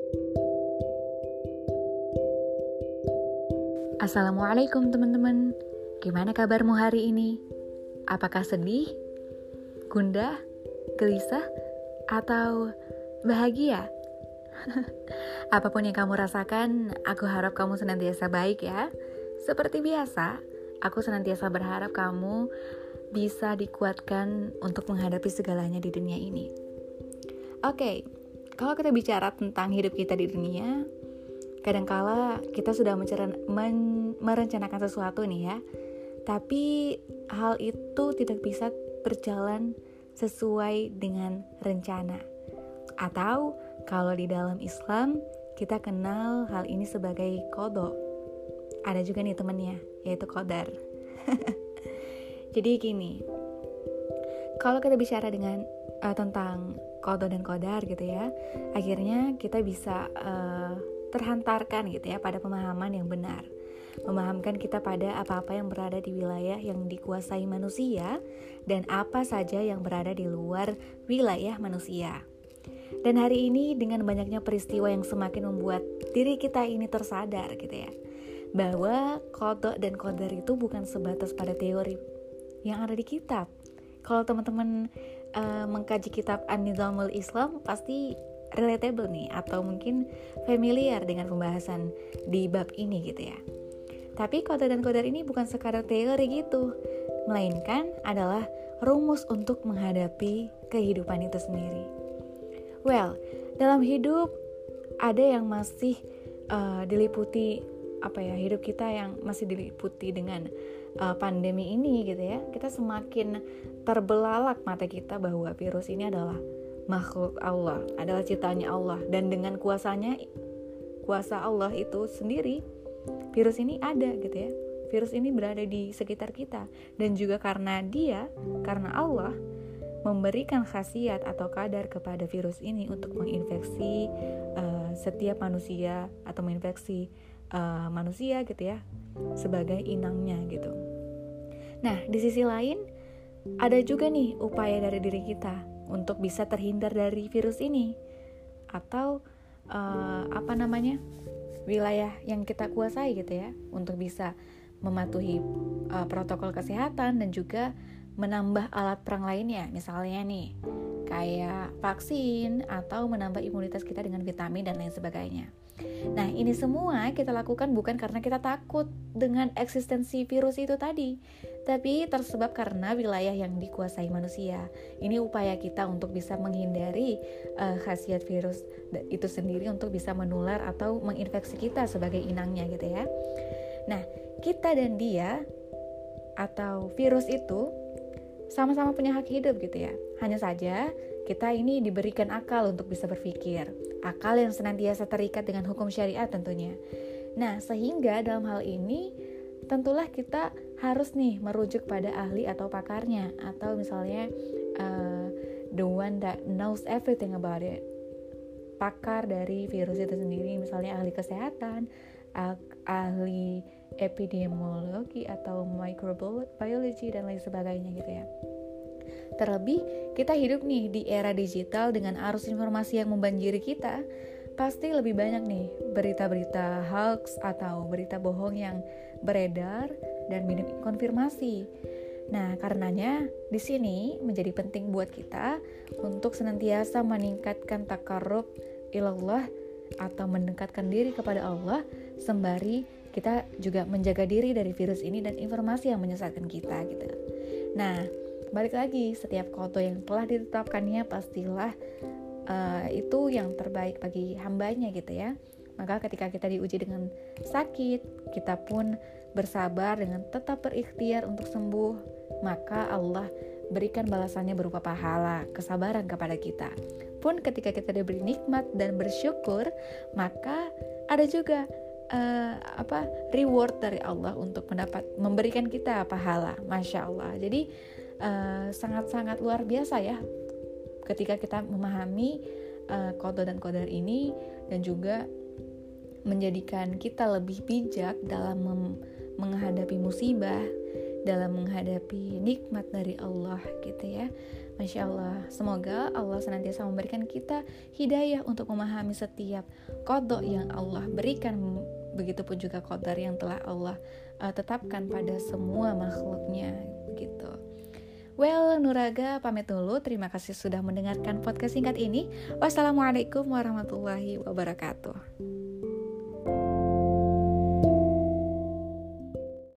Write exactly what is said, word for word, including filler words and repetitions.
Assalamualaikum teman-teman. Gimana kabarmu hari ini? Apakah sedih, gundah, gelisah, atau bahagia? Apapun yang kamu rasakan, aku harap kamu senantiasa baik ya. Seperti biasa, aku senantiasa berharap kamu bisa dikuatkan untuk menghadapi segalanya di dunia ini. Oke, kalau kita bicara tentang hidup kita di dunia, kadangkala kita sudah merencanakan sesuatu nih ya, tapi hal itu tidak bisa berjalan sesuai dengan rencana. Atau kalau di dalam Islam kita kenal hal ini sebagai qada. Ada juga nih temennya, yaitu qadar. Jadi gini, kalau kita bicara dengan uh, tentang qada dan qadar gitu ya, akhirnya kita bisa uh, terhantarkan gitu ya pada pemahaman yang benar, memahamkan kita pada apa-apa yang berada di wilayah yang dikuasai manusia dan apa saja yang berada di luar wilayah manusia. Dan hari ini dengan banyaknya peristiwa yang semakin membuat diri kita ini tersadar gitu ya, bahwa qada dan qadar itu bukan sebatas pada teori yang ada di kitab. Kalau teman-teman uh, mengkaji kitab An-Nizamul Islam pasti relatable nih, atau mungkin familiar dengan pembahasan di bab ini gitu ya. Tapi qada dan qadar ini bukan sekadar teori gitu, melainkan adalah rumus untuk menghadapi kehidupan itu sendiri. Well, dalam hidup ada yang masih uh, diliputi apa ya, hidup kita yang masih diliputi dengan uh, pandemi ini gitu ya. Kita semakin terbelalak mata kita bahwa virus ini adalah makhluk Allah, adalah ciptaannya Allah, dan dengan kuasanya, kuasa Allah itu sendiri, virus ini ada gitu ya. Virus ini berada di sekitar kita, dan juga karena dia, karena Allah memberikan khasiat atau kadar kepada virus ini untuk menginfeksi uh, setiap manusia atau menginfeksi uh, manusia gitu ya, sebagai inangnya gitu. Nah, di sisi lain ada juga nih upaya dari diri kita untuk bisa terhindar dari virus ini, atau uh, apa namanya, wilayah yang kita kuasai gitu ya, untuk bisa mematuhi uh, protokol kesehatan dan juga menambah alat perang lainnya, misalnya nih kayak vaksin atau menambah imunitas kita dengan vitamin dan lain sebagainya. Nah, ini semua kita lakukan bukan karena kita takut dengan eksistensi virus itu tadi, tapi tersebab karena wilayah yang dikuasai manusia. Ini upaya kita untuk bisa menghindari uh, khasiat virus itu sendiri untuk bisa menular atau menginfeksi kita sebagai inangnya gitu ya. Nah, kita dan dia atau virus itu sama-sama punya hak hidup gitu ya. Hanya saja kita ini diberikan akal untuk bisa berpikir, akal yang senantiasa terikat dengan hukum syariat tentunya. Nah, sehingga dalam hal ini tentulah kita harus nih merujuk pada ahli atau pakarnya, atau misalnya uh, the one that knows everything about it, pakar dari virus itu sendiri, misalnya ahli kesehatan, ahli epidemiologi atau microbiology dan lain sebagainya gitu ya. Terlebih kita hidup nih di era digital dengan arus informasi yang membanjiri kita, pasti lebih banyak nih berita-berita hoax atau berita bohong yang beredar dan minim konfirmasi. Nah, karenanya di sini menjadi penting buat kita untuk senantiasa meningkatkan takarrub ilallah atau mendekatkan diri kepada Allah, sembari kita juga menjaga diri dari virus ini dan informasi yang menyesatkan kita gitu. Nah, balik lagi, setiap qada yang telah ditetapkannya pastilah uh, itu yang terbaik bagi hambanya gitu ya. Maka ketika kita diuji dengan sakit, kita pun bersabar dengan tetap berikhtiar untuk sembuh, maka Allah berikan balasannya berupa pahala, kesabaran kepada kita. Pun ketika kita diberi nikmat dan bersyukur, maka ada juga uh, apa reward dari Allah untuk mendapat memberikan kita pahala. Masya Allah. Jadi uh, sangat-sangat luar biasa ya ketika kita memahami uh, qada dan qadar ini, dan juga menjadikan kita lebih bijak dalam mem- menghadapi musibah, dalam menghadapi nikmat dari Allah gitu ya. Masya Allah, semoga Allah senantiasa memberikan kita hidayah untuk memahami setiap qada yang Allah berikan, begitupun juga qadar yang telah Allah uh, tetapkan pada semua makhluknya, begitu. Well, Nuraga pamit dulu. Terima kasih sudah mendengarkan podcast singkat ini. Wassalamualaikum warahmatullahi wabarakatuh.